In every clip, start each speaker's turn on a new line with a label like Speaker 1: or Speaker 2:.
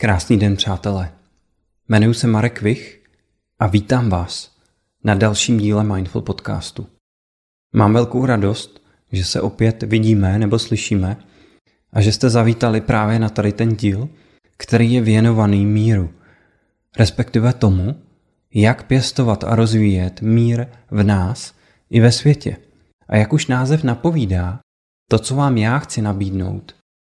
Speaker 1: Krásný den, přátelé. Jmenuji se Marek Vich a vítám vás na dalším díle Mindful podcastu. Mám velkou radost, že se opět vidíme nebo slyšíme a že jste zavítali právě na tady ten díl, který je věnovaný míru, respektive tomu, jak pěstovat a rozvíjet mír v nás i ve světě. A jak už název napovídá, to, co vám já chci nabídnout,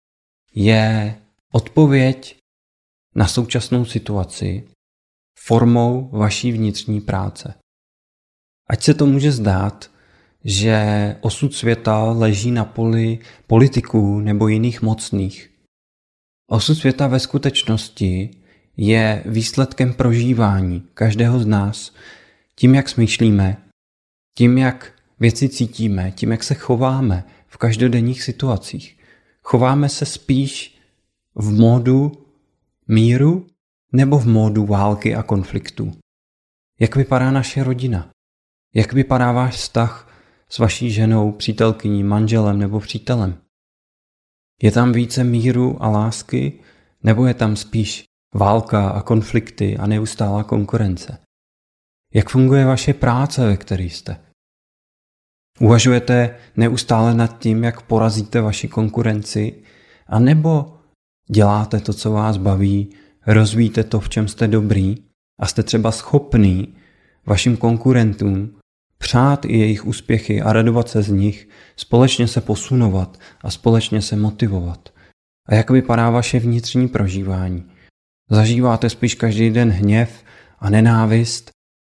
Speaker 1: je odpověď na současnou situaci formou vaší vnitřní práce. Ať se to může zdát, že osud světa leží na poli politiků nebo jiných mocných. Osud světa ve skutečnosti je výsledkem prožívání každého z nás tím, jak smýšlíme, tím, jak věci cítíme, tím, jak se chováme v každodenních situacích. Chováme se spíš v módu míru nebo v módu války a konfliktu. Jak vypadá naše rodina? Jak vypadá váš vztah s vaší ženou, přítelkyní, manželem nebo přítelem? Je tam více míru a lásky, nebo je tam spíš válka a konflikty a neustálá konkurence? Jak funguje vaše práce, ve které jste? Uvažujete neustále nad tím, jak porazíte vaši konkurenci, a nebo děláte to, co vás baví, rozvíjíte to, v čem jste dobrý a jste třeba schopný vašim konkurentům přát i jejich úspěchy a radovat se z nich, společně se posunovat a společně se motivovat. A jak vypadá vaše vnitřní prožívání? Zažíváte spíš každý den hněv a nenávist?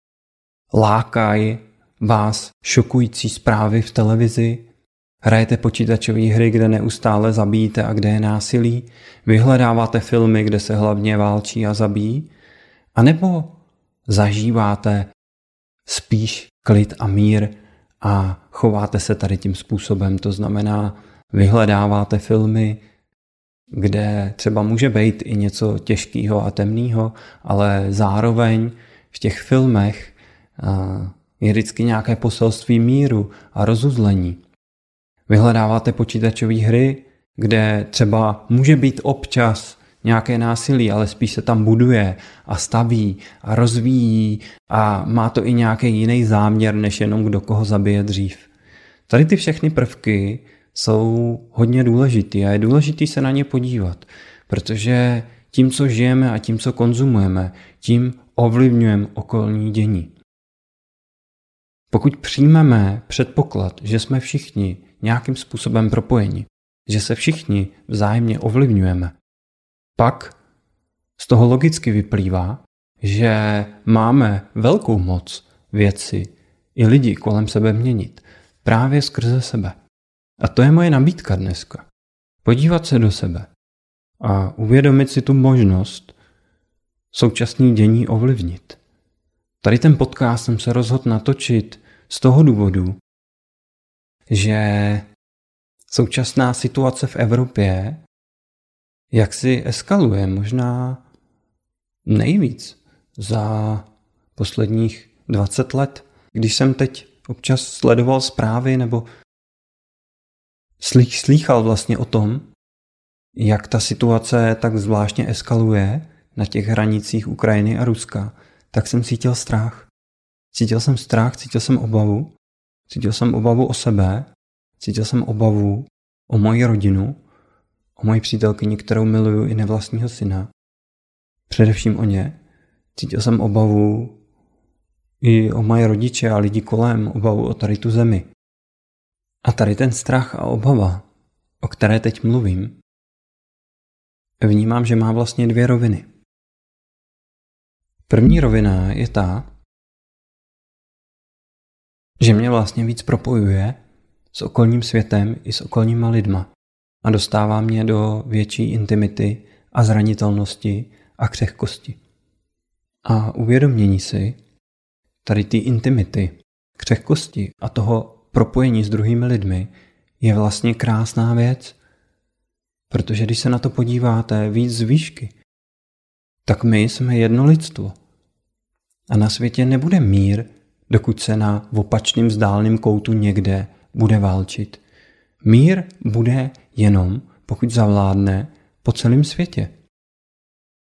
Speaker 1: Lákají vás šokující zprávy v televizi? Hrajete počítačové hry, kde neustále zabíjíte a kde je násilí? Vyhledáváte filmy, kde se hlavně válčí a zabíjí? A nebo zažíváte spíš klid a mír a chováte se tady tím způsobem? To znamená, vyhledáváte filmy, kde třeba může být i něco těžkého a temného, ale zároveň v těch filmech je vždycky nějaké poselství míru a rozuzlení. Vyhledáváte počítačové hry, kde třeba může být občas nějaké násilí, ale spíš se tam buduje a staví a rozvíjí a má to i nějaký jiný záměr, než jenom kdo koho zabije dřív. Tady ty všechny prvky jsou hodně důležitý a je důležitý se na ně podívat, protože tím, co žijeme a tím, co konzumujeme, tím ovlivňujeme okolní dění. Pokud přijmeme předpoklad, že jsme všichni nějakým způsobem propojeni, že se všichni vzájemně ovlivňujeme, pak z toho logicky vyplývá, že máme velkou moc věci i lidi kolem sebe měnit právě skrze sebe. A to je moje nabídka dneska. Podívat se do sebe a uvědomit si tu možnost současné dění ovlivnit. Tady ten podcast jsem se rozhodl natočit z toho důvodu, že současná situace v Evropě jaksi eskaluje možná nejvíc za posledních 20 let. Když jsem teď občas sledoval zprávy nebo slýchal vlastně o tom, jak ta situace tak zvláštně eskaluje na těch hranicích Ukrajiny a Ruska, tak jsem cítil strach. Cítil jsem strach, cítil jsem obavu. Cítil jsem obavu o sebe, cítil jsem obavu o moji rodinu, o moji přítelkyni, kterou miluju, i nevlastního syna. Především o ně. Cítil jsem obavu i o moje rodiče a lidi kolem, obavu o tady tu zemi. A tady ten strach a obava, o které teď mluvím, vnímám, že má vlastně dvě roviny. První rovina je ta, že mě vlastně víc propojuje s okolním světem i s okolníma lidma a dostává mě do větší intimity a zranitelnosti a křehkosti. A uvědomění si tady ty intimity, křehkosti a toho propojení s druhými lidmi je vlastně krásná věc, protože když se na to podíváte víc z výšky, tak my jsme jedno lidstvo. A na světě nebude mír, dokud se na opačném vzdáleném koutu někde bude válčit. Mír bude jenom, pokud zavládne po celém světě.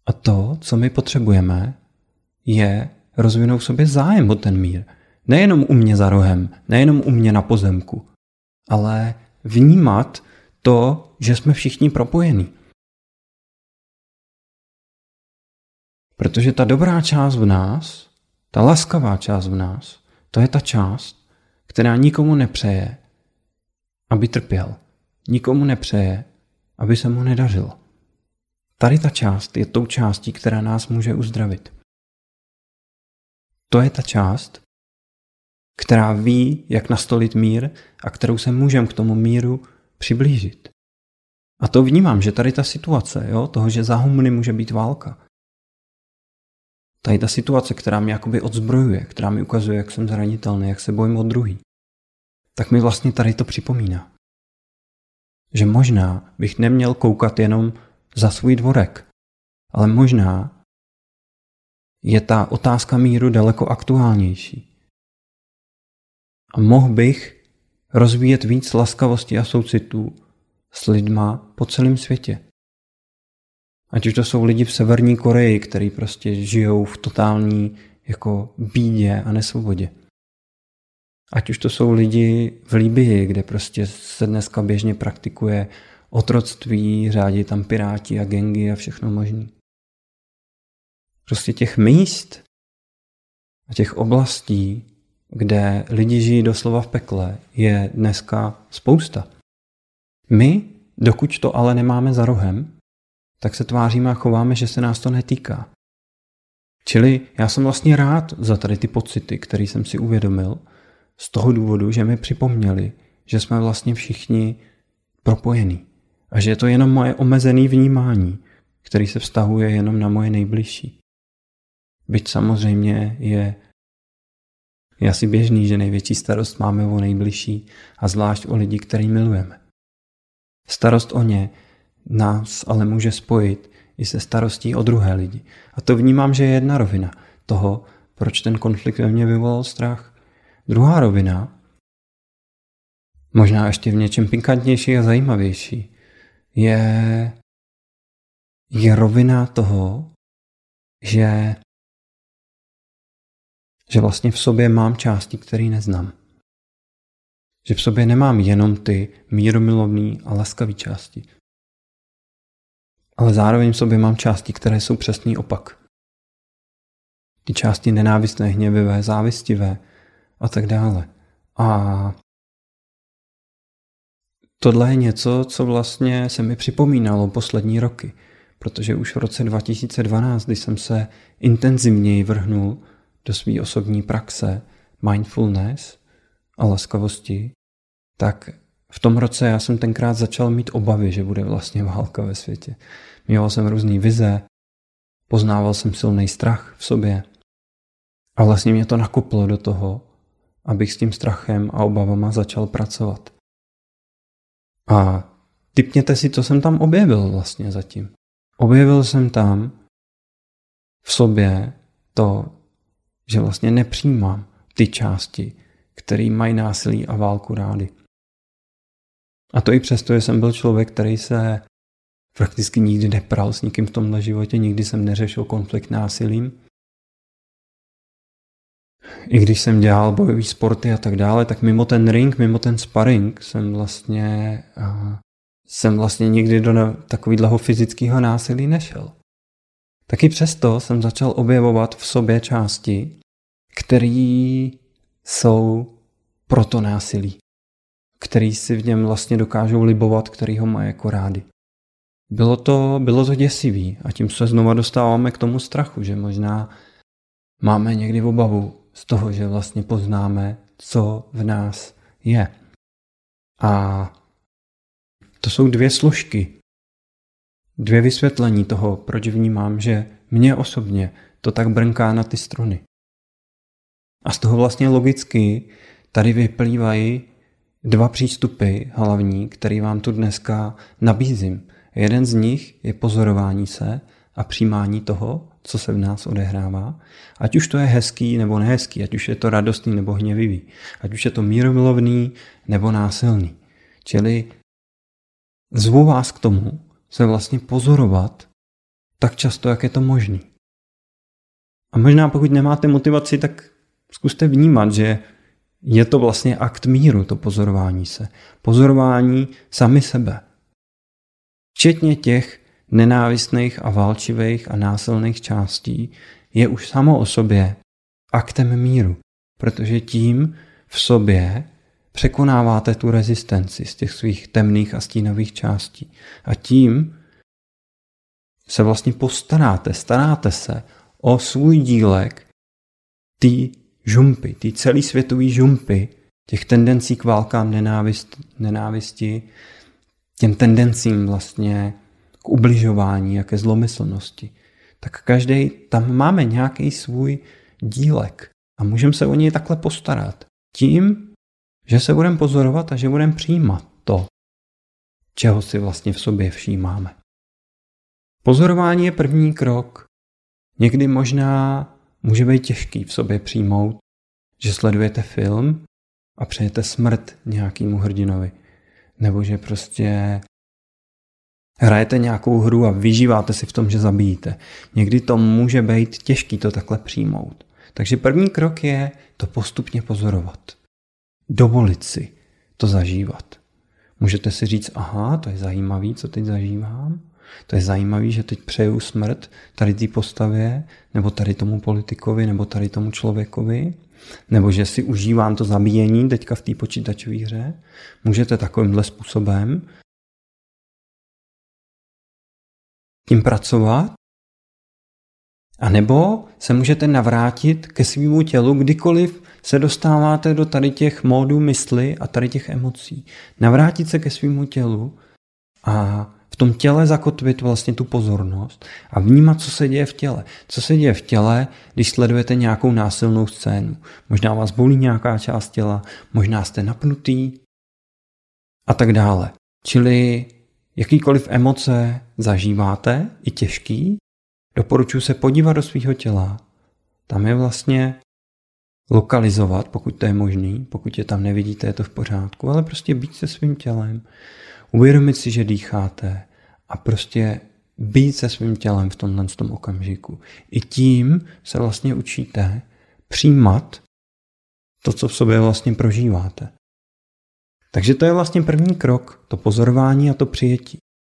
Speaker 1: A to, co my potřebujeme, je rozvinout v sobě zájem o ten mír. Nejenom u mě za rohem, nejenom u mě na pozemku, ale vnímat to, že jsme všichni propojení. Protože ta dobrá část v nás, ta laskavá část v nás, to je ta část, která nikomu nepřeje, aby trpěl. Nikomu nepřeje, aby se mu nedařilo. Tady ta část je tou částí, která nás může uzdravit. To je ta část, která ví, jak nastolit mír a kterou se můžeme k tomu míru přiblížit. A to vnímám, že tady ta situace, toho, že za humny může být válka. Tady ta situace, která mě jakoby odzbrojuje, která mi ukazuje, jak jsem zranitelný, jak se bojím o druhý, tak mi vlastně tady to připomíná. Že možná bych neměl koukat jenom za svůj dvorek, ale možná je ta otázka míru daleko aktuálnější. A mohl bych rozvíjet víc laskavosti a soucitu s lidma po celém světě. Ať už to jsou lidi v Severní Koreji, kteří prostě žijou v totální bídě a nesvobodě. Ať už to jsou lidi v Libyi, kde prostě se dneska běžně praktikuje otroctví, řádí tam piráti a gangy a všechno možné. Prostě těch míst a těch oblastí, kde lidi žijí doslova v pekle, je dneska spousta. My, dokud to ale nemáme za rohem, tak se tváříme a chováme, že se nás to netýká. Čili já jsem vlastně rád za tady ty pocity, které jsem si uvědomil, z toho důvodu, že mi připomněli, že jsme vlastně všichni propojení. A že je to jenom moje omezené vnímání, který se vztahuje jenom na moje nejbližší. Byť samozřejmě je asi běžný, že největší starost máme o nejbližší a zvlášť o lidi, který milujeme. Starost o ně nás ale může spojit i se starostí o druhé lidi. A to vnímám, že je jedna rovina toho, proč ten konflikt ve mně vyvolal strach. Druhá rovina, možná ještě v něčem pikantnější a zajímavější, je rovina toho, že vlastně v sobě mám části, které neznám. Že v sobě nemám jenom ty míromilovný a laskavý části. Ale zároveň v sobě mám části, které jsou přesný opak. Ty části nenávistné, hněvivé, závistivé a tak dále. A tohle je něco, co vlastně se mi připomínalo poslední roky, protože už v roce 2012, když jsem se intenzivněji vrhnul do své osobní praxe mindfulness a laskavosti, tak v tom roce já jsem tenkrát začal mít obavy, že bude vlastně válka ve světě. Měl jsem různý vize, poznával jsem silný strach v sobě a vlastně mě to nakoplo do toho, abych s tím strachem a obavama začal pracovat. A tipněte si, co jsem tam objevil vlastně zatím. Objevil jsem tam v sobě to, že vlastně nepřijímám ty části, které mají násilí a válku rády. A to i přesto, že jsem byl člověk, který se prakticky nikdy nepral s nikým v tomhle životě, nikdy jsem neřešil konflikt násilím. I když jsem dělal bojové sporty a tak dále, tak mimo ten ring, mimo ten sparring jsem vlastně nikdy do takového fyzického násilí nešel. Taky přesto jsem začal objevovat v sobě části, které jsou pro to násilí, který si v něm vlastně dokážou libovat, který ho mají jako rádi. Bylo to děsivý a tím se znova dostáváme k tomu strachu, že možná máme někdy obavu z toho, že vlastně poznáme, co v nás je. A to jsou dvě složky, dvě vysvětlení toho, proč vnímám, že mě osobně to tak brnká na ty struny. A z toho vlastně logicky tady vyplývají dva přístupy hlavní, který vám tu dneska nabízím. Jeden z nich je pozorování se a přijímání toho, co se v nás odehrává. Ať už to je hezký nebo nehezký, ať už je to radostný nebo hněvivý, ať už je to míromilovný nebo násilný. Čili zvu vás k tomu se vlastně pozorovat tak často, jak je to možný. A možná pokud nemáte motivaci, tak zkuste vnímat, že je to vlastně akt míru, to pozorování se. Pozorování sami sebe. Včetně těch nenávistných a válčivých a násilných částí je už samo o sobě aktem míru, protože tím v sobě překonáváte tu rezistenci z těch svých temných a stínavých částí. A tím se vlastně staráte se o svůj dílek té žumpy, té celý světový žumpy, těch tendencí k válkám, nenávisti, těm tendencím vlastně k ubližování a ke zlomyslnosti. Tak každý tam máme nějaký svůj dílek a můžeme se o něj takhle postarat. Tím, že se budeme pozorovat a že budeme přijímat to, čeho si vlastně v sobě všímáme. Pozorování je první krok. Někdy možná může být těžký v sobě přijmout, že sledujete film a přejete smrt nějakému hrdinovi. Nebo že prostě hrajete nějakou hru a vyžíváte si v tom, že zabijíte. Někdy to může být těžký to takhle přijmout. Takže první krok je to postupně pozorovat. Dovolit si to zažívat. Můžete si říct, aha, to je zajímavý, co teď zažívám. To je zajímavý, že teď přeju smrt tady té postavě, nebo tady tomu politikovi, nebo tady tomu člověkovi, nebo že si užívám to zabíjení teďka v té počítačové hře. Můžete takovýmhle způsobem tím pracovat, a nebo se můžete navrátit ke svému tělu, kdykoliv se dostáváte do tady těch módů mysli a tady těch emocí. Navrátit se ke svému tělu a v tom těle zakotvit vlastně tu pozornost a vnímat, co se děje v těle. Co se děje v těle, když sledujete nějakou násilnou scénu. Možná vás bolí nějaká část těla, možná jste napnutý a tak dále. Čili jakýkoliv emoce zažíváte, i těžký, doporučuji se podívat do svého těla. Tam je vlastně lokalizovat, pokud to je možný, pokud je tam nevidíte, je to v pořádku, ale prostě být se svým tělem, uvědomit si, že dýcháte a prostě být se svým tělem v tomhle okamžiku. I tím se vlastně učíte přijímat to, co v sobě vlastně prožíváte. Takže to je vlastně první krok, to pozorování a to přijetí.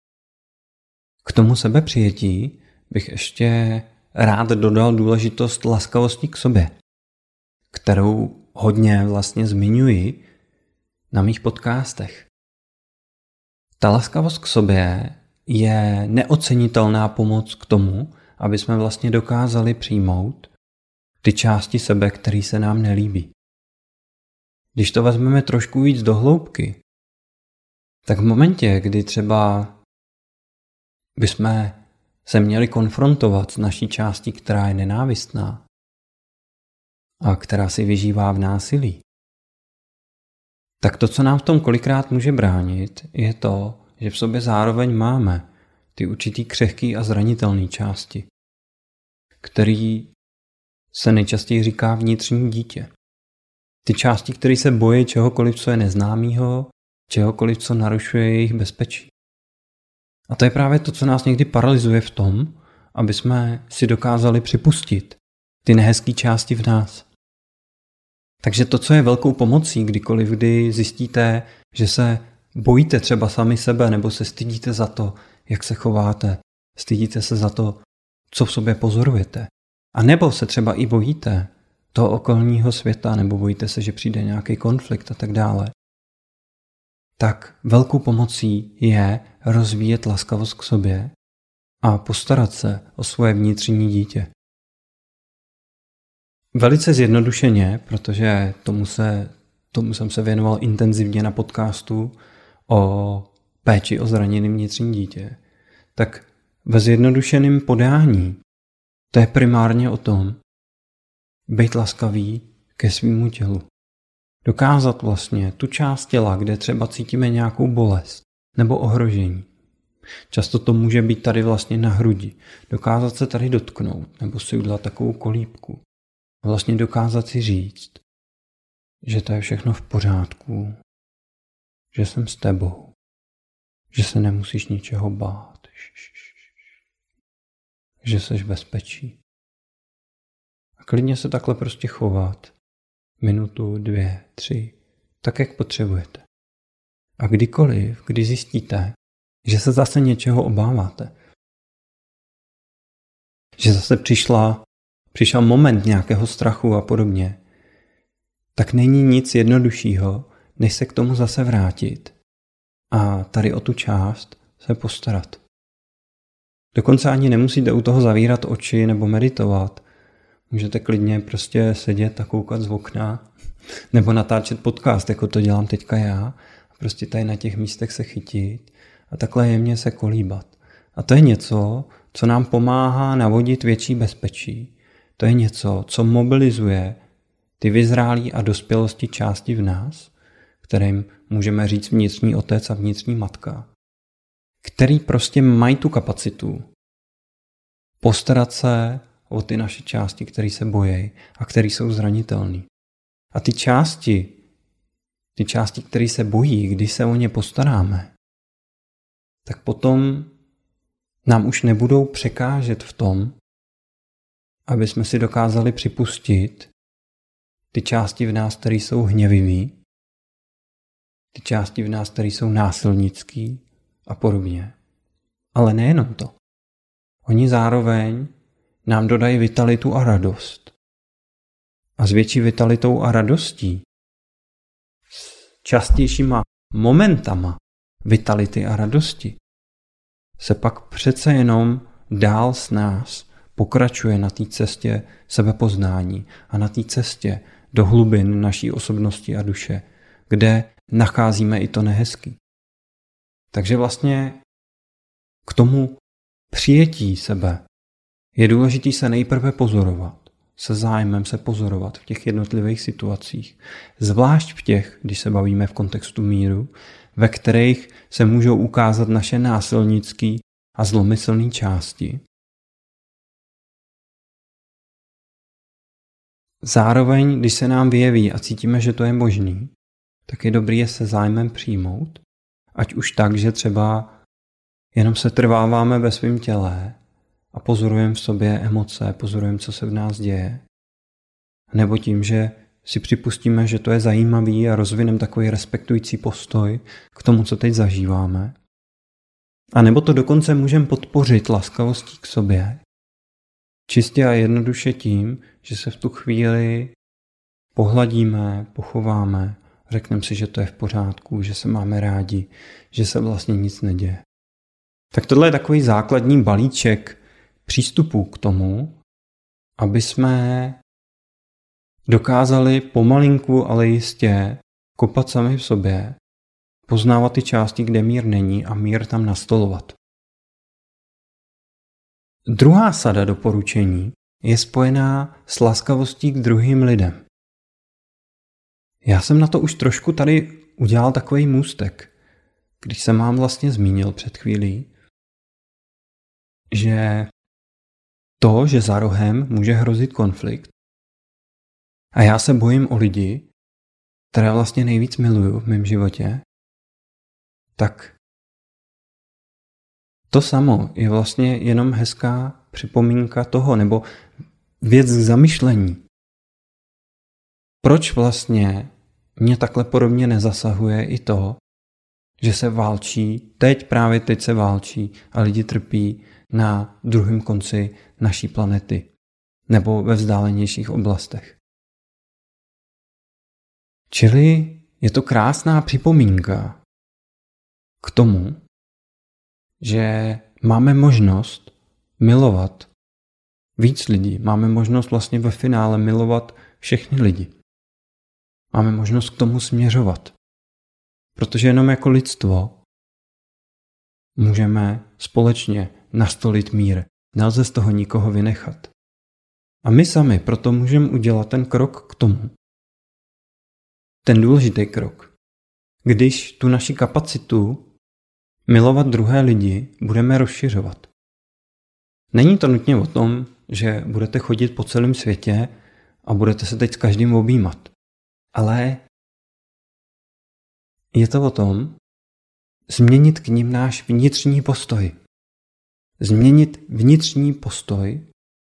Speaker 1: K tomu sebepřijetí bych ještě rád dodal důležitost laskavosti k sobě, kterou hodně vlastně zmiňuji na mých podcastech. Ta laskavost k sobě je neocenitelná pomoc k tomu, aby jsme vlastně dokázali přijmout ty části sebe, které se nám nelíbí. Když to vezmeme trošku víc do hloubky, tak v momentě, kdy třeba bychom se měli konfrontovat s naší částí, která je nenávistná a která si vyžívá v násilí, tak to, co nám v tom kolikrát může bránit, je to, že v sobě zároveň máme ty určitý křehký a zranitelné části, který se nejčastěji říká vnitřní dítě. Ty části, které se bojí čehokoliv, co je neznámého, čehokoliv, co narušuje jejich bezpečí. A to je právě to, co nás někdy paralyzuje v tom, aby jsme si dokázali připustit ty nehezké části v nás. Takže to, co je velkou pomocí, kdykoliv, kdy zjistíte, že se bojíte třeba sami sebe, nebo se stydíte za to, jak se chováte, stydíte se za to, co v sobě pozorujete, a nebo se třeba i bojíte toho okolního světa, nebo bojíte se, že přijde nějaký konflikt a tak dále, tak velkou pomocí je rozvíjet laskavost k sobě a postarat se o svoje vnitřní dítě. Velice zjednodušeně, protože tomu jsem se věnoval intenzivně na podcastu o péči o zraněné vnitřní dítě, tak ve zjednodušeném podání to je primárně o tom být laskavý ke svému tělu. Dokázat vlastně tu část těla, kde třeba cítíme nějakou bolest nebo ohrožení. Často to může být tady vlastně na hrudi. Dokázat se tady dotknout nebo si udělat takovou kolíbku. Vlastně dokázat si říct, že to je všechno v pořádku, že jsem s tebou, že se nemusíš ničeho bát. že jsi v bezpečí. A klidně se takhle prostě chovat. Minutu, 2, 3, tak jak potřebujete. A kdykoliv, když zjistíte, že se zase něčeho obáváte, že zase přišel moment nějakého strachu a podobně, tak není nic jednoduššího, než se k tomu zase vrátit a tady o tu část se postarat. Dokonce ani nemusíte u toho zavírat oči nebo meditovat. Můžete klidně prostě sedět a koukat z okna nebo natáčet podcast, jako to dělám teďka já, a prostě tady na těch místech se chytit a takhle jemně se kolíbat. A to je něco, co nám pomáhá navodit větší bezpečí. To je něco, co mobilizuje ty vyzrálí a dospělosti části v nás, kterým můžeme říct vnitřní otec a vnitřní matka, který prostě mají tu kapacitu postarat se o ty naše části, které se bojí a které jsou zranitelné. A ty části, které se bojí, když se o ně postaráme, tak potom nám už nebudou překážet v tom, aby jsme si dokázali připustit ty části v nás, které jsou hněvivý, ty části v nás, které jsou násilnický a podobně. Ale nejenom to. Oni zároveň nám dodají vitalitu a radost. A s větší vitalitou a radostí, s častějšíma momentama vitality a radosti, se pak přece jenom dál s nás pokračuje na té cestě sebepoznání a na té cestě do hlubin naší osobnosti a duše, kde nacházíme i to nehezký. Takže vlastně k tomu přijetí sebe je důležité se nejprve pozorovat, se zájmem se pozorovat v těch jednotlivých situacích, zvlášť v těch, když se bavíme v kontextu míru, ve kterých se můžou ukázat naše násilnické a zlomyslné části. Zároveň, když se nám vyjeví a cítíme, že to je možný, tak je dobré je se zájmem přijmout, ať už tak, že třeba jenom se trváváme ve svém těle a pozorujeme v sobě emoce, pozorujeme, co se v nás děje, nebo tím, že si připustíme, že to je zajímavý a rozvineme takový respektující postoj k tomu, co teď zažíváme. A nebo to dokonce můžeme podpořit laskavostí k sobě, čistě a jednoduše tím, že se v tu chvíli pohladíme, pochováme, řekneme si, že to je v pořádku, že se máme rádi, že se vlastně nic neděje. Tak tohle je takový základní balíček přístupů k tomu, aby jsme dokázali pomalinku, ale jistě kopat sami v sobě, poznávat ty části, kde mír není a mír tam nastolovat. Druhá sada doporučení je spojená s laskavostí k druhým lidem. Já jsem na to už trošku tady udělal takový můstek, když jsem vám vlastně zmínil před chvílí, že to, že za rohem může hrozit konflikt a já se bojím o lidi, které vlastně nejvíc miluju v mém životě, tak to samo je vlastně jenom hezká připomínka toho, nebo věc k zamyšlení. Proč vlastně mě takhle podobně nezasahuje i to, že se válčí, právě teď se válčí a lidi trpí na druhém konci naší planety nebo ve vzdálenějších oblastech. Čili je to krásná připomínka k tomu, že máme možnost milovat víc lidí. Máme možnost vlastně ve finále milovat všechny lidi. Máme možnost k tomu směřovat. Protože jenom jako lidstvo můžeme společně nastolit mír. Nelze z toho nikoho vynechat. A my sami proto můžeme udělat ten krok k tomu. Ten důležitý krok. Když tu naši kapacitu milovat druhé lidi budeme rozšiřovat. Není to nutně o tom, že budete chodit po celém světě a budete se teď s každým objímat. Ale je to o tom změnit k nim náš vnitřní postoj. změnit vnitřní postoj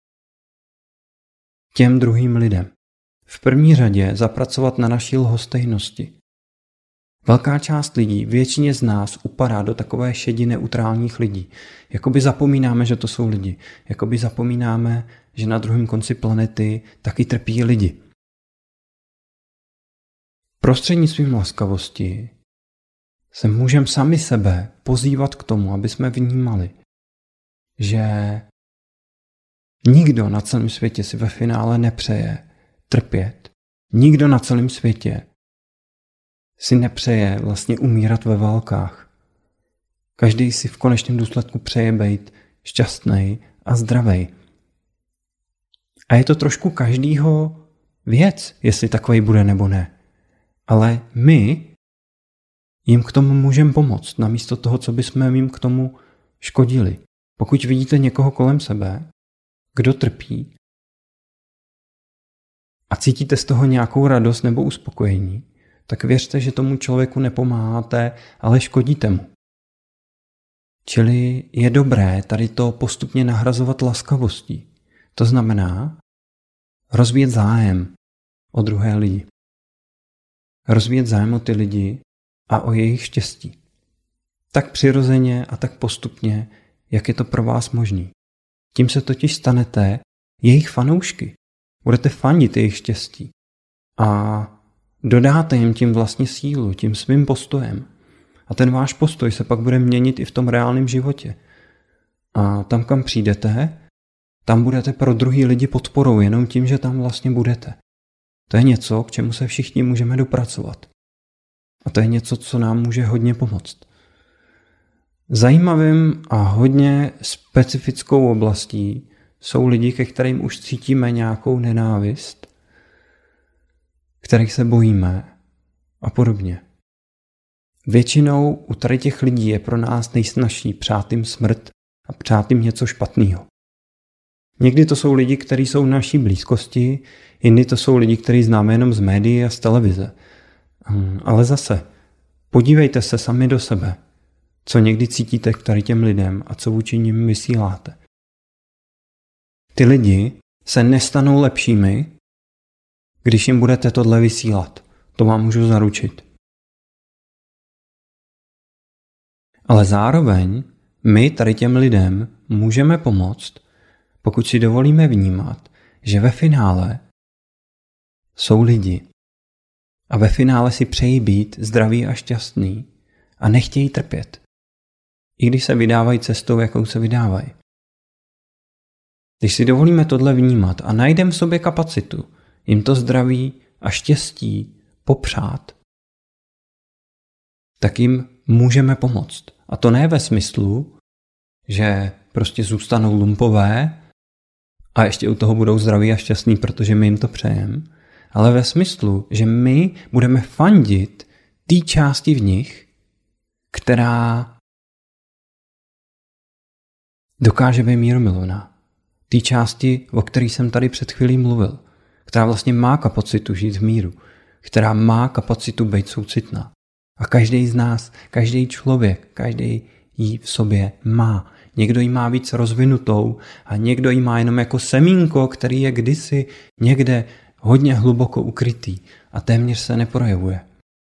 Speaker 1: těm druhým lidem. V první řadě zapracovat na naší lhostejnosti. Velká část lidí, většině z nás upadá do takové šedi neutrálních lidí. Jakoby zapomínáme, že to jsou lidi. Jakoby zapomínáme, že na druhém konci planety taky trpí lidi. Prostřednictvím laskavosti se můžeme sami sebe pozývat k tomu, aby jsme vnímali, že nikdo na celém světě si ve finále nepřeje trpět. Nikdo na celém světě si nepřeje vlastně umírat ve válkách. Každý si v konečném důsledku přeje být šťastný a zdravý. A je to trošku každýho věc, jestli takovej bude nebo ne. Ale my jim k tomu můžeme pomoct, namísto toho, co bychom jim k tomu škodili. Pokud vidíte někoho kolem sebe, kdo trpí, a cítíte z toho nějakou radost nebo uspokojení, tak věřte, že tomu člověku nepomáháte, ale škodíte mu. Čili je dobré tady to postupně nahrazovat laskavostí. To znamená rozvíjet zájem o druhé lidi. Rozvíjet zájem o ty lidi a o jejich štěstí. Tak přirozeně a tak postupně, jak je to pro vás možný. Tím se totiž stanete jejich fanoušky. Budete fandit jejich štěstí. A dodáte jim tím vlastně sílu, tím svým postojem. A ten váš postoj se pak bude měnit i v tom reálném životě. A tam, kam přijdete, tam budete pro druhý lidi podporou jenom tím, že tam vlastně budete. To je něco, k čemu se všichni můžeme dopracovat. A to je něco, co nám může hodně pomoct. Zajímavým a hodně specifickou oblastí jsou lidi, ke kterým už cítíme nějakou nenávist, kterých se bojíme a podobně. Většinou u tady těch lidí je pro nás nejsnažší přát jim smrt a přát jim něco špatného. Někdy to jsou lidi, kteří jsou v naší blízkosti, jindy to jsou lidi, kteří známe jenom z médií a z televize. Ale zase, podívejte se sami do sebe, co někdy cítíte k tady těm lidem a co vůči nim vysíláte. Ty lidi se nestanou lepšími, když jim budete tohle vysílat. To vám můžu zaručit. Ale zároveň my tady těm lidem můžeme pomoct, pokud si dovolíme vnímat, že ve finále jsou lidi. A ve finále si přejí být zdraví a šťastný a nechtějí trpět. I když se vydávají cestou, jakou se vydávají. Když si dovolíme tohle vnímat a najdeme v sobě kapacitu jim to zdraví a štěstí popřát, tak jim můžeme pomoct. A to ne ve smyslu, že prostě zůstanou lumpové a ještě u toho budou zdraví a šťastní, protože my jim to přejeme, ale ve smyslu, že my budeme fandit té části v nich, která dokáže být mírumilovná. Té části, o které jsem tady před chvílí mluvil, která vlastně má kapacitu žít v míru, která má kapacitu být soucitná. A každý z nás, každý člověk, každý ji v sobě má. Někdo ji má víc rozvinutou a někdo ji má jenom jako semínko, který je kdysi někde hodně hluboko ukrytý a téměř se neprojevuje.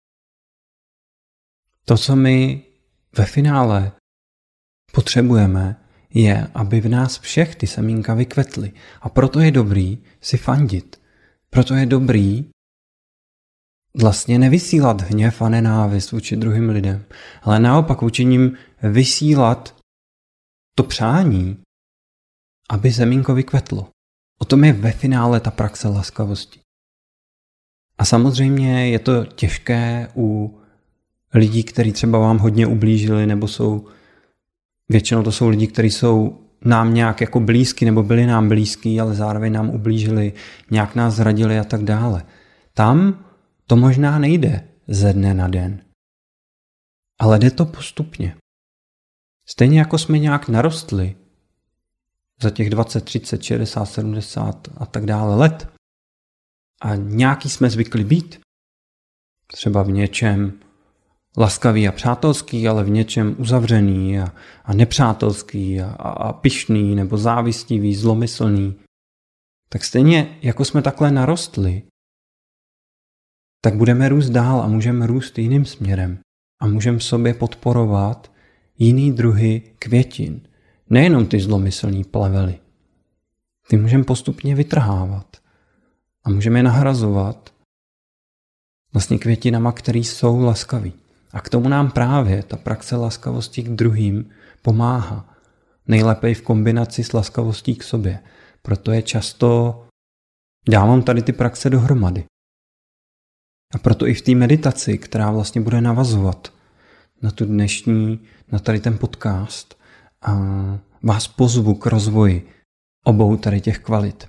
Speaker 1: To, co my ve finále potřebujeme, je, aby v nás všech ty semínka vykvetly. A proto je dobrý si fandit. Proto je dobrý vlastně nevysílat hněv a nenávist vůči druhým lidem, ale naopak vůči nim vysílat to přání, aby semínko vykvetlo. O tom je ve finále ta praxe laskavosti. A samozřejmě je to těžké u lidí, kteří třeba vám hodně ublížili, nebo většinou to jsou lidi, kteří jsou nám nějak jako blízky, nebo byli nám blízký, ale zároveň nám ublížili, nějak nás zradili a tak dále. Tam to možná nejde ze dne na den. Ale jde to postupně. Stejně jako jsme nějak narostli za těch 20, 30, 60, 70 a tak dále let a nějaký jsme zvykli být, třeba v něčem laskavý a přátelský, ale v něčem uzavřený a nepřátelský a pyšný nebo závistivý, zlomyslný, tak stejně jako jsme takhle narostli, tak budeme růst dál a můžeme růst jiným směrem a můžeme v sobě podporovat jiný druhy květin, nejenom ty zlomyslný plevely. Ty můžeme postupně vytrhávat a můžeme je nahrazovat vlastně květinama, které jsou laskaví. A k tomu nám právě ta praxe laskavosti k druhým pomáhá. Nejlépe v kombinaci s laskavostí k sobě. Proto je často dávám tady ty praxe dohromady. A proto i v té meditaci, která vlastně bude navazovat na tu dnešní, na tady ten podcast, a vás pozvu k rozvoji obou tady těch kvalit.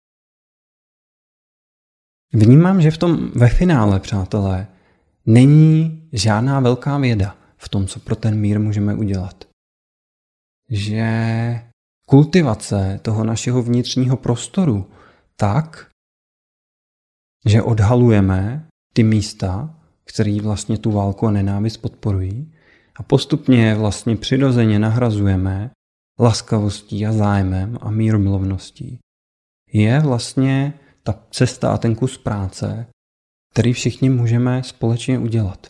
Speaker 1: Vnímám, že ve finále, přátelé, není žádná velká věda v tom, co pro ten mír můžeme udělat. Že kultivace toho našeho vnitřního prostoru tak, že odhalujeme ty místa, které vlastně tu válku a nenávist podporují a postupně vlastně přirozeně nahrazujeme laskavostí a zájmem a mírumilovností, je vlastně ta cesta a ten kus práce, který všichni můžeme společně udělat.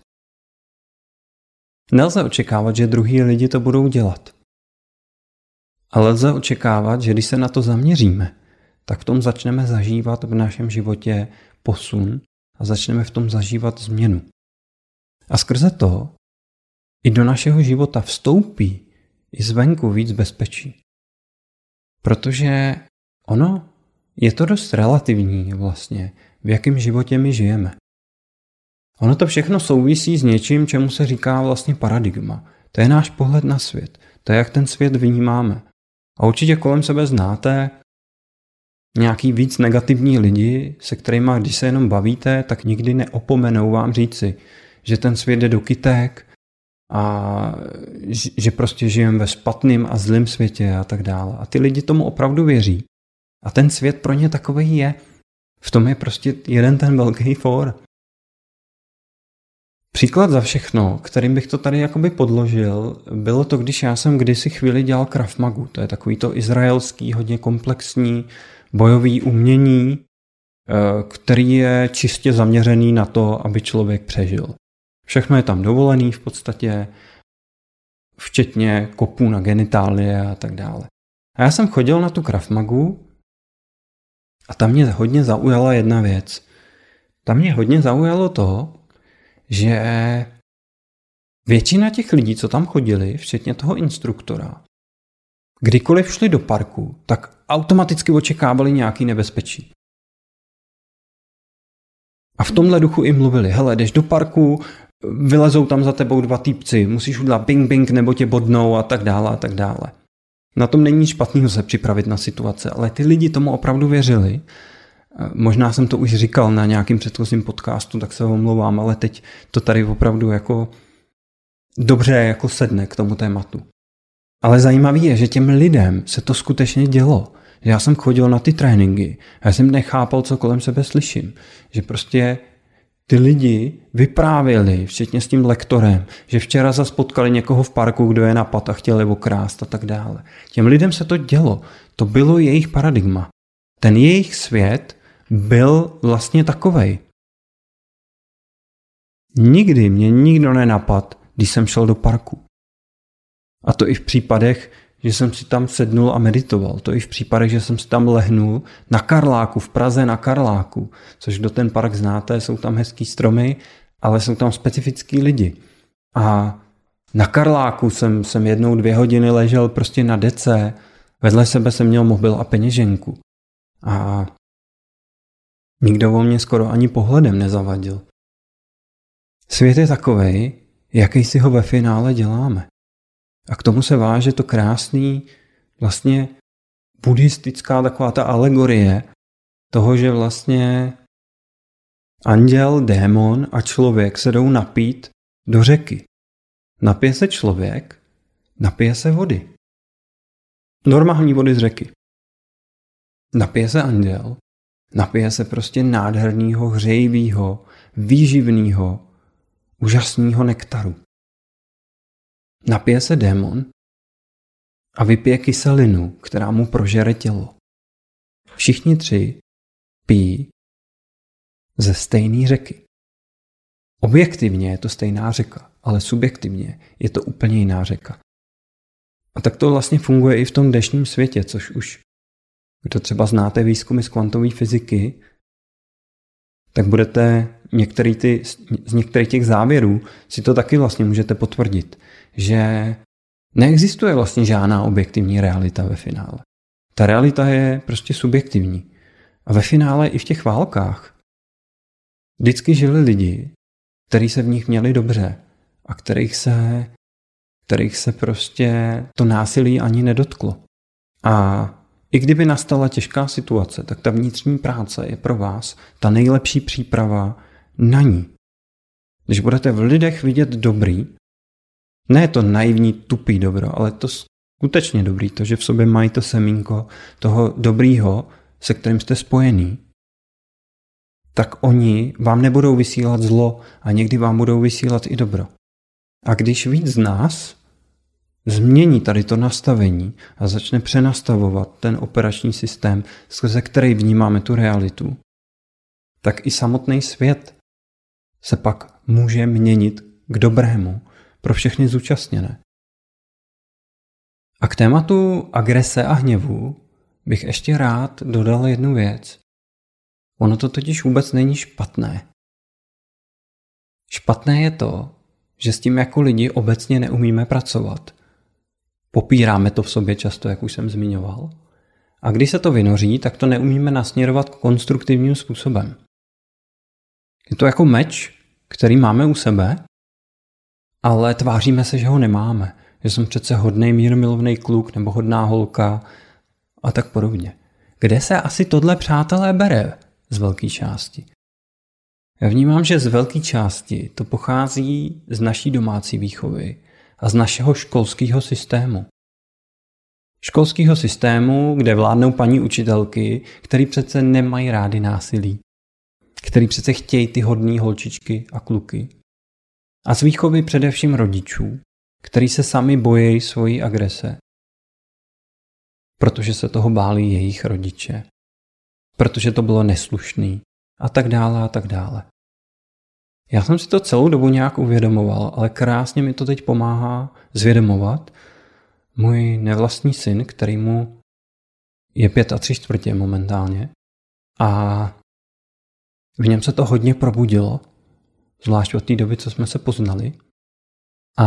Speaker 1: Nelze očekávat, že druhý lidi to budou dělat. Ale lze očekávat, že když se na to zaměříme, tak v tom začneme zažívat v našem životě posun a začneme v tom zažívat změnu. A skrze to i do našeho života vstoupí i zvenku víc bezpečí. Protože je to dost relativní vlastně, v jakém životě my žijeme. Ono to všechno souvisí s něčím, čemu se říká vlastně paradigma. To je náš pohled na svět. To je, jak ten svět vnímáme. A určitě kolem sebe znáte nějaký víc negativní lidi, se kterými, když se jenom bavíte, tak nikdy neopomenou vám říci, že ten svět jde do kytek a že prostě žijeme ve špatném a zlém světě a tak dále. A ty lidi tomu opravdu věří. A ten svět pro ně takový je. V tom je prostě jeden ten velký for. Příklad za všechno, kterým bych to tady jakoby podložil, bylo to, když já jsem kdysi chvíli dělal Krav Magu. To je takový to izraelský, hodně komplexní bojový umění, který je čistě zaměřený na to, aby člověk přežil. Všechno je tam dovolený v podstatě, včetně kopů na genitálie a tak dále. A já jsem chodil na tu Krav Magu a tam mě hodně zaujala jedna věc. Tam mě hodně zaujalo to, že většina těch lidí, co tam chodili, včetně toho instruktora, kdykoliv šli do parku, tak automaticky očekávali nějaký nebezpečí. A v tomhle duchu i mluvili, hele, jdeš do parku, vylezou tam za tebou dva týpci, musíš udělat bing bing nebo tě bodnou a tak dále a tak dále. Na tom není špatného se připravit na situace, ale ty lidi tomu opravdu věřili. Možná jsem to už říkal na nějakým předchozím podcastu, tak se omlouvám, ale teď to tady opravdu jako dobře jako sedne k tomu tématu. Ale zajímavý je, že těm lidem se to skutečně dělo. Že já jsem chodil na ty tréninky a já jsem nechápal, co kolem sebe slyším. Že prostě ty lidi vyprávěli, včetně s tím lektorem, že včera zas potkali někoho v parku, kdo je napad a chtěli okrást a tak dále. Těm lidem se to dělo. To bylo jejich paradigma. Ten jejich svět byl vlastně takovej. Nikdy mě nikdo nenapad, když jsem šel do parku. A to i v případech, že jsem si tam sednul a meditoval. To i v případech, že jsem si tam lehnul na Karláku, v Praze na Karláku, což kdo ten park znáte, jsou tam hezký stromy, ale jsou tam specifický lidi. A na Karláku jsem jednou 2 hodiny ležel prostě na dece, vedle sebe jsem měl mobil a peněženku. A nikdo o mě skoro ani pohledem nezavadil. Svět je takovej, jaký si ho ve finále děláme. A k tomu se váže to krásný, vlastně buddhistická taková ta alegorie toho, že vlastně anděl, démon a člověk se jdou napít do řeky. Napije se člověk, napije se vody. Normální vody z řeky. Napije se anděl, napije se prostě nádhernýho, hřejivýho, výživnýho úžasného nektaru. Napije se démon a vypije kyselinu, která mu prožere tělo. Všichni tři pijí ze stejné řeky. Objektivně je to stejná řeka, ale subjektivně je to úplně jiná řeka. A tak to vlastně funguje i v tom dnešním světě, což už, kdo třeba znáte výzkumy z kvantové fyziky, tak budete z některých těch závěrů si to taky vlastně můžete potvrdit, že neexistuje vlastně žádná objektivní realita ve finále. Ta realita je prostě subjektivní. A ve finále i v těch válkách vždycky žili lidi, kteří se v nich měli dobře a kterých se prostě to násilí ani nedotklo. A i kdyby nastala těžká situace, tak ta vnitřní práce je pro vás ta nejlepší příprava na ní. Když budete v lidech vidět dobrý, ne to naivní, tupý dobro, ale to skutečně dobrý, to, že v sobě mají to semínko toho dobrýho, se kterým jste spojený, tak oni vám nebudou vysílat zlo a někdy vám budou vysílat i dobro. A když víc z nás změní tady to nastavení a začne přenastavovat ten operační systém, skrze který vnímáme tu realitu, tak i samotný svět se pak může měnit k dobrému pro všechny zúčastněné. A k tématu agrese a hněvu bych ještě rád dodal jednu věc. Ono to totiž vůbec není špatné. Špatné je to, že s tím jako lidi obecně neumíme pracovat. Popíráme to v sobě často, jak už jsem zmiňoval. A když se to vynoří, tak to neumíme nasměrovat konstruktivním způsobem. Je to jako meč, který máme u sebe, ale tváříme se, že ho nemáme. Že jsem přece hodnej mírumilovný kluk nebo hodná holka a tak podobně. Kde se asi tohle, přátelé, bere z velké části? Já vnímám, že z velké části to pochází z naší domácí výchovy a z našeho školského systému. Školského systému, kde vládnou paní učitelky, který přece nemají rády násilí, který přece chtějí ty hodný holčičky a kluky. A z výchovy především rodičů, který se sami bojí svojí agrese, protože se toho báli jejich rodiče, protože to bylo neslušný a tak dále a tak dále. Já jsem si to celou dobu nějak uvědomoval, ale krásně mi to teď pomáhá zvědomovat můj nevlastní syn, který mu je 5 3/4 momentálně a v něm se to hodně probudilo, zvlášť od té doby, co jsme se poznali. A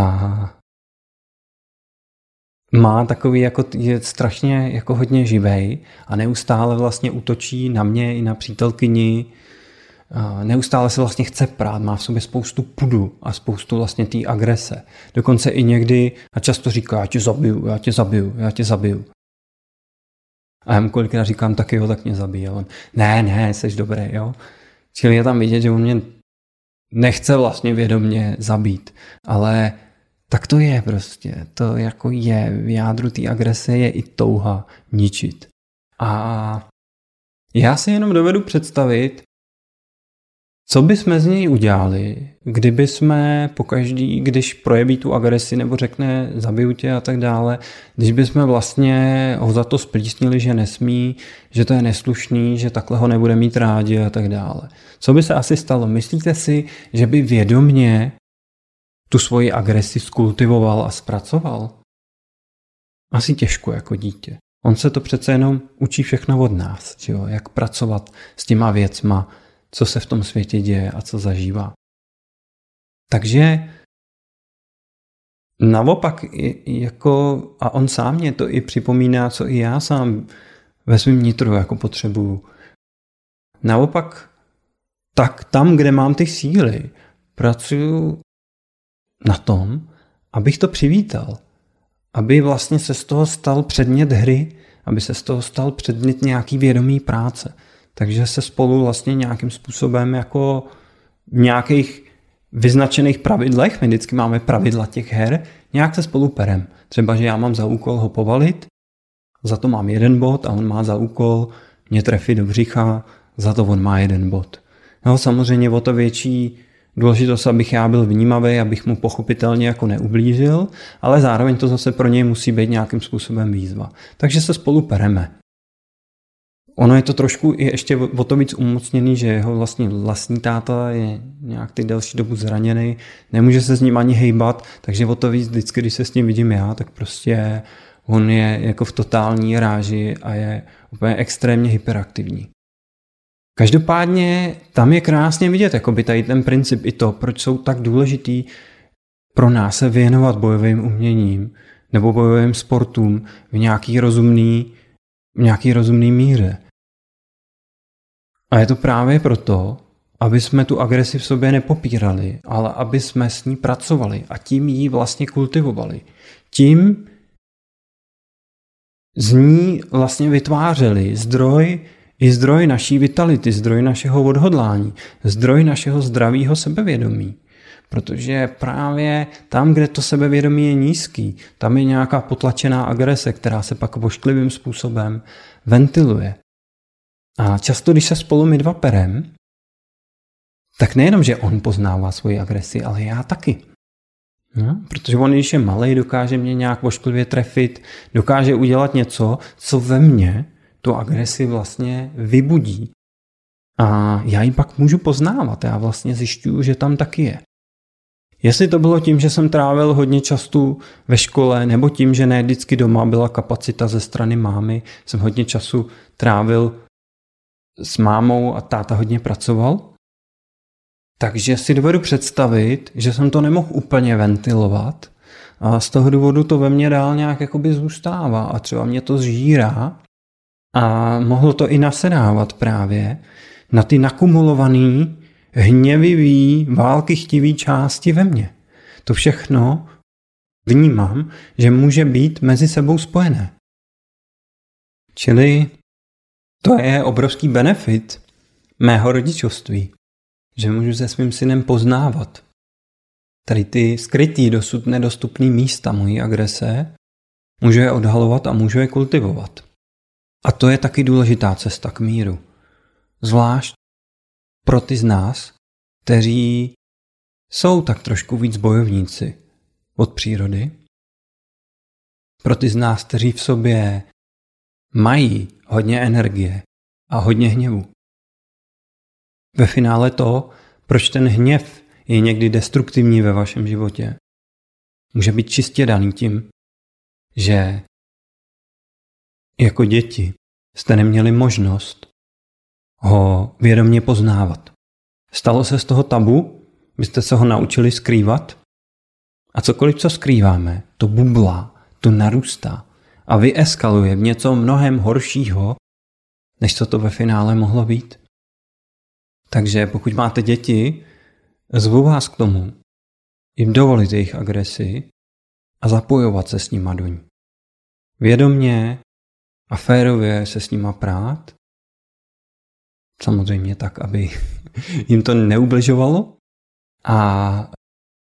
Speaker 1: má takový, jako je strašně jako hodně živej a neustále vlastně útočí na mě i na přítelkyni. Neustále se vlastně chce prát, má v sobě spoustu pudu a spoustu vlastně té agrese. Dokonce i někdy a často říká, já tě zabiju. A já mu kolikrát říkám, tak jo, tak mě zabij. A on, ne, jsi dobrý, jo. Čili je tam vidět, že on mě nechce vlastně vědomě zabít, ale tak to je prostě, to jako je, v jádru té agrese je i touha ničit. A já si jenom dovedu představit, co bychom z něj udělali, kdyby jsme pokaždý, když projeví tu agresi nebo řekne zabiju tě a tak dále, když bychom vlastně ho za to splísnili, že nesmí, že to je neslušný, že takhle ho nebude mít rádi a tak dále. Co by se asi stalo? Myslíte si, že by vědomě tu svoji agresi skultivoval a zpracoval? Asi těžko jako dítě. On se to přece jenom učí všechno od nás, že jo? Jak pracovat s těma věcma, co se v tom světě děje a co zažívá. Takže naopak, jako, a on sám mě to i připomíná, co i já sám ve svém nitru jako potřebuju. Naopak, tak tam, kde mám ty síly, pracuju na tom, abych to přivítal. Aby vlastně se z toho stal předmět hry, aby se z toho stal předmět nějaký vědomý práce. Takže se spolu vlastně nějakým způsobem jako v nějakých vyznačených pravidlech, my vždycky máme pravidla těch her, nějak se spolu perem. Třeba, že já mám za úkol ho povalit, za to mám 1 bod a on má za úkol mě trefit do břicha, za to on má 1 bod. No samozřejmě o to větší důležitost, abych já byl vnímavý, abych mu pochopitelně jako neublížil, ale zároveň to zase pro něj musí být nějakým způsobem výzva. Takže se spolu pereme. Ono je to trošku i ještě o to víc umocněný, že jeho vlastní táta je nějak ty delší dobu zraněný, nemůže se s ním ani hejbat, takže o to víc vždycky, když se s ním vidím já, tak prostě on je jako v totální ráži a je úplně extrémně hyperaktivní. Každopádně tam je krásně vidět jakoby tady ten princip i to, proč jsou tak důležitý pro nás se věnovat bojovým uměním nebo bojovým sportům v nějaký rozumný míře. A je to právě proto, aby jsme tu agresi v sobě nepopírali, ale aby jsme s ní pracovali a tím ji vlastně kultivovali. Tím z ní vlastně vytvářeli zdroj naší vitality, zdroj našeho odhodlání, zdroj našeho zdravého sebevědomí. Protože právě tam, kde to sebevědomí je nízký, tam je nějaká potlačená agrese, která se pak ošklivým způsobem ventiluje. A často, když se spolu my dva perem, tak nejenom, že on poznává svoji agresi, ale já taky. No, protože on, když je malej, dokáže mě nějak ošklivě trefit, dokáže udělat něco, co ve mně tu agresi vlastně vybudí. A já ji pak můžu poznávat. Já vlastně zjišťuju, že tam taky je. Jestli to bylo tím, že jsem trávil hodně času ve škole, nebo tím, že ne vždycky doma byla kapacita ze strany mámy, jsem hodně času trávil s mámou a táta hodně pracoval, takže si dovedu představit, že jsem to nemohl úplně ventilovat a z toho důvodu to ve mně dál nějak jakoby zůstává a třeba mě to zžírá a mohlo to i nasedávat právě na ty nakumulovaný hněvivý, válkychtivý části ve mně. To všechno vnímám, že může být mezi sebou spojené. Čili to je obrovský benefit mého rodičovství, že můžu se svým synem poznávat. Tady ty skrytý, dosud nedostupný místa mojí agrese, můžu je odhalovat a můžu je kultivovat. A to je taky důležitá cesta k míru. Zvlášť pro ty z nás, kteří jsou tak trošku víc bojovníci od přírody. Pro ty z nás, kteří v sobě mají hodně energie a hodně hněvu. Ve finále to, proč ten hněv je někdy destruktivní ve vašem životě, může být čistě daný tím, že jako děti jste neměli možnost ho vědomě poznávat. Stalo se z toho tabu, byste se ho naučili skrývat a cokoliv, co skrýváme, to bublá, to narůstá a vyeskaluje v něco mnohem horšího, než co to ve finále mohlo být. Takže pokud máte děti, zvu vás k tomu, jim dovolit jejich agresi a zapojovat se s nima do ní. Vědomně a férově se s nima prát, samozřejmě tak, aby jim to neubližovalo a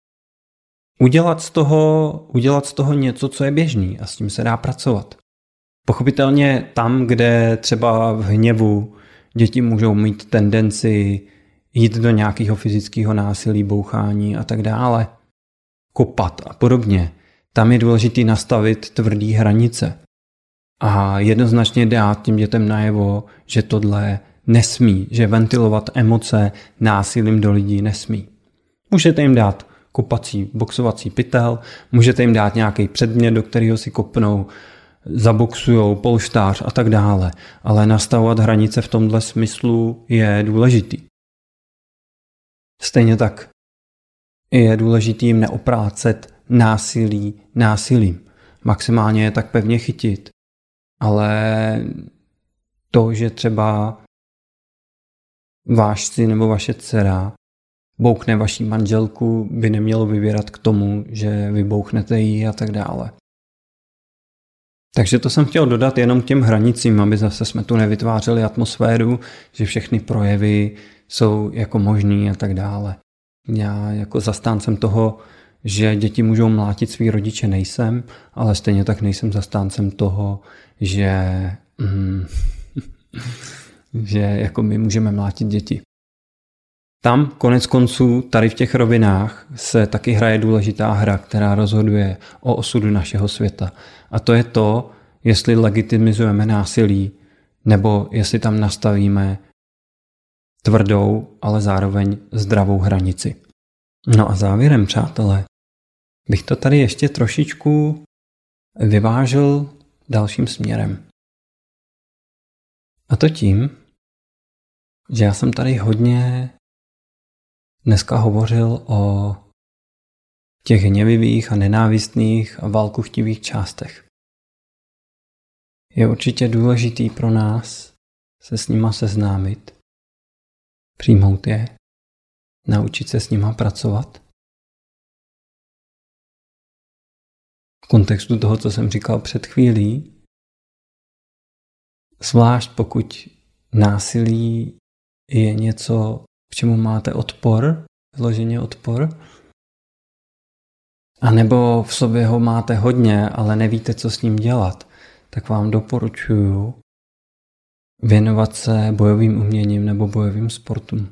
Speaker 1: udělat z toho něco, co je běžný a s tím se dá pracovat. Pochopitelně tam, kde třeba v hněvu děti můžou mít tendenci jít do nějakého fyzického násilí, bouchání a tak dále, kopat a podobně, tam je důležité nastavit tvrdý hranice a jednoznačně dát těm dětem najevo, že tohle nesmí, že ventilovat emoce násilím do lidí nesmí. Můžete jim dát kopací, boxovací pytel, můžete jim dát nějaký předmět, do kterého si kopnou, zaboxujou, polštář a tak dále, ale nastavovat hranice v tomhle smyslu je důležitý. Stejně tak je důležitý jim neoprácet násilím. Maximálně je tak pevně chytit. Ale to, že třeba váš syn nebo vaše dcera bouchne vaší manželku, by nemělo vyvěrat k tomu, že vy bouchnete jí a tak dále. Takže to jsem chtěl dodat jenom k těm hranicím, aby zase jsme tu nevytvářeli atmosféru, že všechny projevy jsou jako možný a tak dále. Já jako zastáncem toho, že děti můžou mlátit svý rodiče nejsem, ale stejně tak nejsem zastáncem toho, že jako my můžeme mlátit děti. Tam konec konců, tady v těch rovinách, se taky hraje důležitá hra, která rozhoduje o osudu našeho světa. A to je to, jestli legitimizujeme násilí, nebo jestli tam nastavíme tvrdou, ale zároveň zdravou hranici. No a závěrem, přátelé, bych to tady ještě trošičku vyvážil dalším směrem. A to tím, že já jsem tady hodně dneska hovořil o těch hněvivých a nenávistných a válkuchtivých částech. Je určitě důležitý pro nás se s nima seznámit, přijmout je, naučit se s nima pracovat. V kontextu toho, co jsem říkal před chvílí, zvlášť pokud násilí je něco, k čemu máte odpor, vyloženě odpor, a nebo v sobě ho máte hodně, ale nevíte, co s ním dělat, tak vám doporučuji věnovat se bojovým uměním nebo bojovým sportům.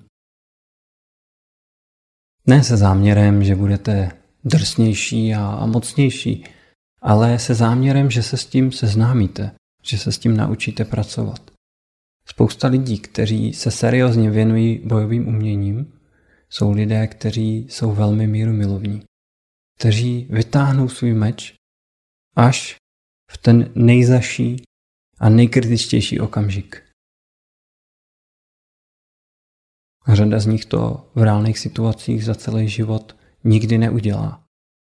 Speaker 1: Ne se záměrem, že budete drsnější a mocnější, ale se záměrem, že se s tím seznámíte, že se s tím naučíte pracovat. Spousta lidí, kteří se seriózně věnují bojovým uměním, jsou lidé, kteří jsou velmi mírumilovní, kteří vytáhnou svůj meč až v ten nejzazší a nejkritičtější okamžik. A řada z nich to v reálných situacích za celý život nikdy neudělá.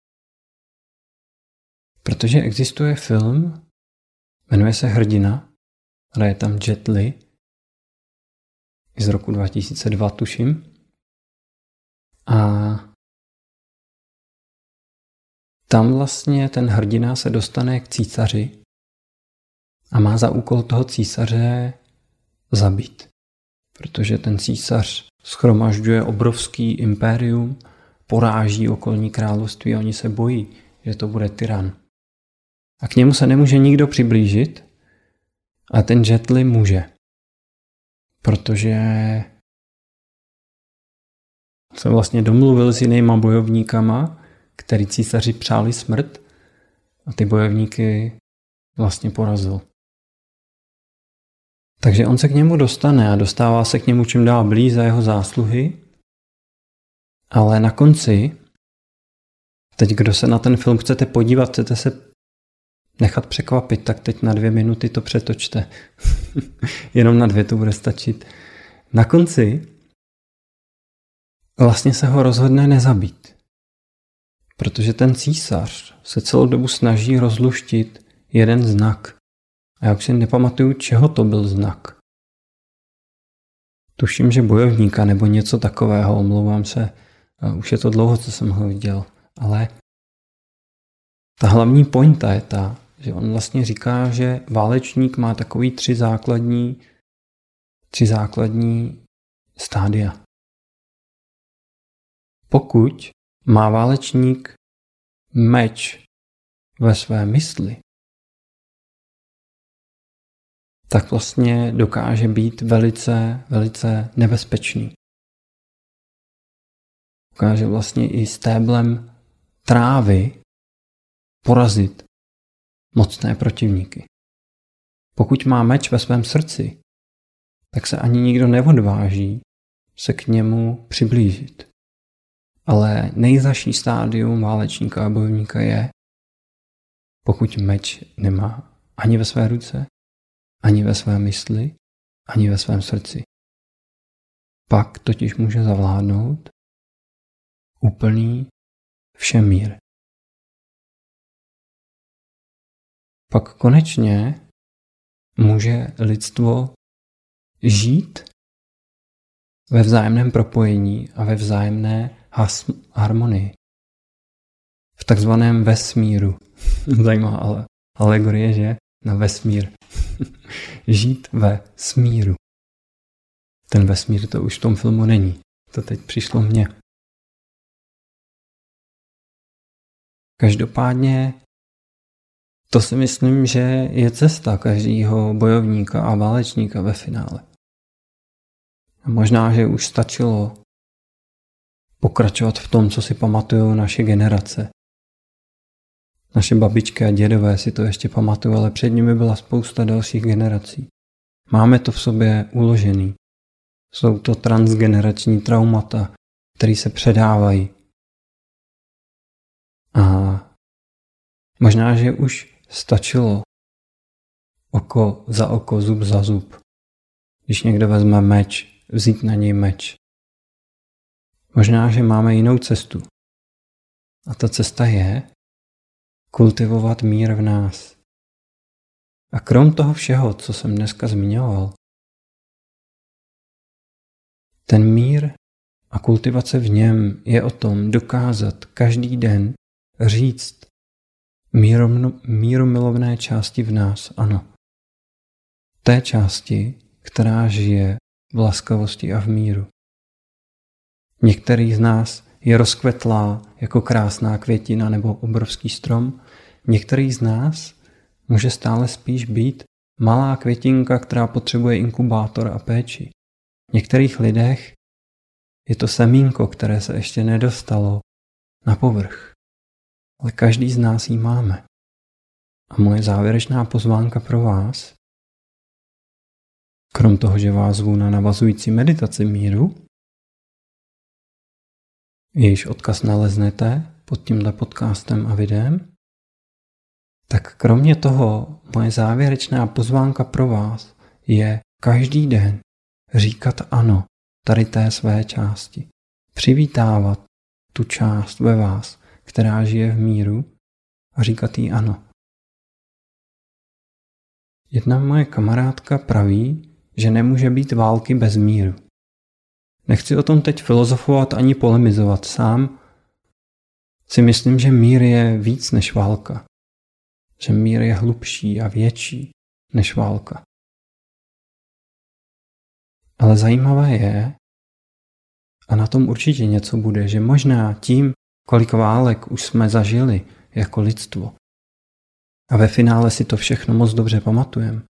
Speaker 1: Protože existuje film, jmenuje se Hrdina, hraje tam Jet Li, z roku 2002 tuším. A tam vlastně ten hrdina se dostane k císaři a má za úkol toho císaře zabít. Protože ten císař shromažďuje obrovský impérium, poráží okolní království a oni se bojí, že to bude tyran. A k němu se nemůže nikdo přiblížit a ten Jet Li může. Protože se vlastně domluvil s jinýma bojovníkama, který císaři přáli smrt a ty bojovníky vlastně porazil. Takže on se k němu dostane a dostává se k němu čím dál blíž za jeho zásluhy, ale na konci, teď kdo se na ten film chcete podívat, chcete se nechat překvapit, tak teď na 2 minuty to přetočte. Jenom na 2 to bude stačit. Na konci vlastně se ho rozhodne nezabít. Protože ten císař se celou dobu snaží rozluštit jeden znak. A já už si nepamatuju, čeho to byl znak. Tuším, že bojovníka nebo něco takového, omlouvám se. Už je to dlouho, co jsem ho viděl. Ale ta hlavní pointa je ta, že on vlastně říká, že válečník má takový 3 základní stádia. Pokud má válečník meč ve své mysli, tak vlastně dokáže být velice, velice nebezpečný. Dokáže vlastně i stéblem trávy porazit mocné protivníky. Pokud má meč ve svém srdci, tak se ani nikdo neodváží se k němu přiblížit. Ale nejzazší stádium válečníka a bojovníka je, pokud meč nemá ani ve své ruce, ani ve své mysli, ani ve svém srdci. Pak totiž může zavládnout úplný všemír. Pak konečně může lidstvo žít ve vzájemném propojení a ve vzájemné harmonii. V takzvaném vesmíru. Zajímavá alegorie, že? Na vesmír. Žít ve smíru. Ten vesmír to už v tom filmu není. To teď přišlo mně. Každopádně to si myslím, že je cesta každého bojovníka a válečníka ve finále. A možná, že už stačilo pokračovat v tom, co si pamatují naše generace. Naše babičky a dědové si to ještě pamatují, ale před nimi byla spousta dalších generací. Máme to v sobě uložený. Jsou to transgenerační traumata, které se předávají. A možná, že už stačilo oko za oko, zub za zub. Když někdo vezme meč, vzít na něj meč. Možná, že máme jinou cestu. A ta cesta je kultivovat mír v nás. A krom toho všeho, co jsem dneska zmiňoval, ten mír a kultivace v něm je o tom dokázat každý den říct mírumilovné části v nás ano. Té části, která žije v laskavosti a v míru. Některý z nás je rozkvetlá jako krásná květina nebo obrovský strom. Některý z nás může stále spíš být malá květinka, která potřebuje inkubátor a péči. V některých lidech je to semínko, které se ještě nedostalo na povrch. Ale každý z nás ji máme. A moje závěrečná pozvánka pro vás, krom toho, že vás zvu na navazující meditaci míru, jejíž odkaz naleznete pod tímhle podcastem a videem, tak kromě toho moje závěrečná pozvánka pro vás je každý den říkat ano tady té své části. Přivítávat tu část ve vás, která žije v míru a říkat jí ano. Jedna moje kamarádka praví, že nemůže být války bez míru. Nechci o tom teď filozofovat ani polemizovat sám. Si myslím, že mír je víc než válka. Že mír je hlubší a větší než válka. Ale zajímavé je, a na tom určitě něco bude, že možná tím, kolik válek už jsme zažili jako lidstvo, a ve finále si to všechno moc dobře pamatujeme,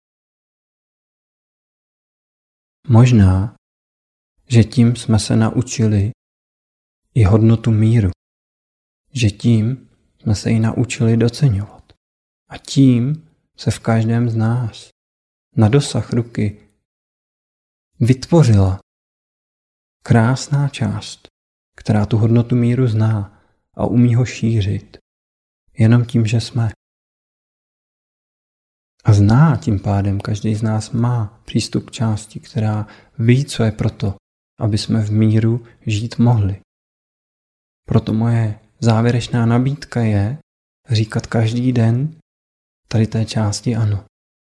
Speaker 1: možná, že tím jsme se naučili i hodnotu míru. Že tím jsme se ji naučili doceňovat. A tím se v každém z nás na dosah ruky vytvořila krásná část, která tu hodnotu míru zná a umí ho šířit. Jenom tím, že jsme. A zná tím pádem, každý z nás má přístup k části, která ví, co je proto, aby jsme v míru žít mohli. Proto moje závěrečná nabídka je říkat každý den tady té části ano.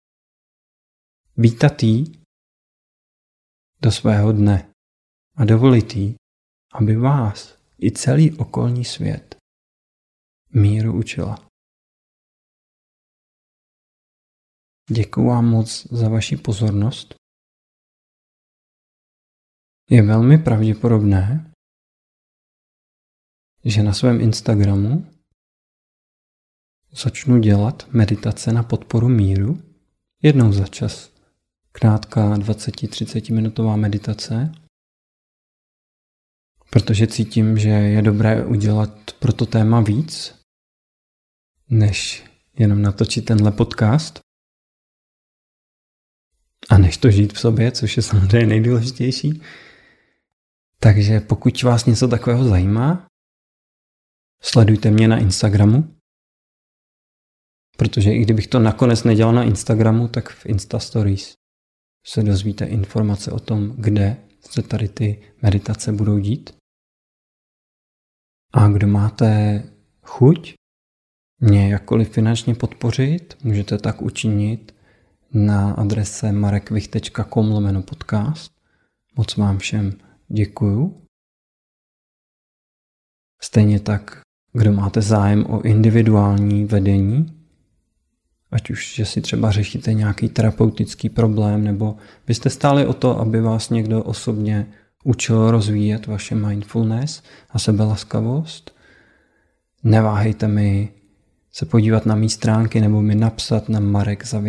Speaker 1: Vítat jí do svého dne a dovolit jí, aby vás i celý okolní svět míru učila. Děkuji vám moc za vaši pozornost. Je velmi pravděpodobné, že na svém Instagramu začnu dělat meditace na podporu míru jednou za čas. Krátká 20-30 minutová meditace, protože cítím, že je dobré udělat pro to téma víc, než jenom natočit tenhle podcast a než to žít v sobě, což je samozřejmě nejdůležitější. Takže pokud vás něco takového zajímá, sledujte mě na Instagramu, protože i kdybych to nakonec nedělal na Instagramu, tak v Insta Stories se dozvíte informace o tom, kde se tady ty meditace budou dít. A kdo máte chuť mě jakkoliv finančně podpořit, můžete tak učinit na adrese marekvich.com/podcast. Moc vám všem děkuju. Stejně tak, kdo máte zájem o individuální vedení, ať už, že si třeba řešíte nějaký terapeutický problém, nebo byste stáli o to, aby vás někdo osobně učil rozvíjet vaše mindfulness a sebelaskavost, neváhejte mi se podívat na mý stránky nebo mi napsat na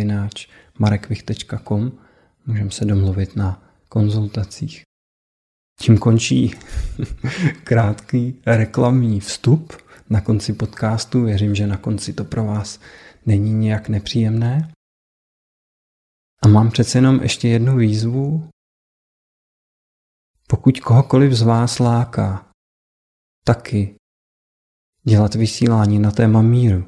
Speaker 1: marek@marekvich.com. Můžeme se domluvit na konzultacích. Tím končí krátký reklamní vstup na konci podcastu. Věřím, že na konci to pro vás není nijak nepříjemné. A mám přece jenom ještě jednu výzvu. Pokud kohokoliv z vás láká taky dělat vysílání na téma míru,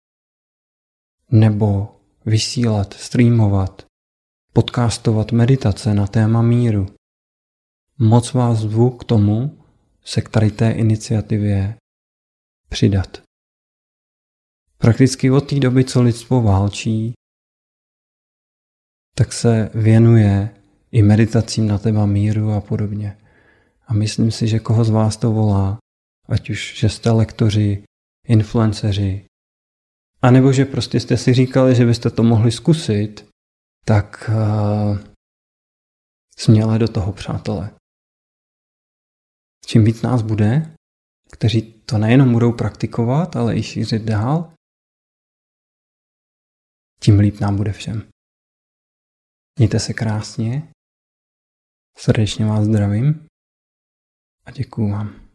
Speaker 1: nebo vysílat, streamovat, podcastovat meditace na téma míru, moc vás zvu k tomu se k tady té iniciativě přidat. Prakticky od té doby, co lidstvo válčí, tak se věnuje i meditacím na téma míru a podobně. A myslím si, že koho z vás to volá, ať už, že jste lektoři, influenceři, anebo že prostě jste si říkali, že byste to mohli zkusit, tak směle do toho, přátelé. Čím víc nás bude, kteří to nejenom budou praktikovat, ale i šířit dál, tím líp nám bude všem. Mějte se krásně, srdečně vás zdravím a děkuju vám.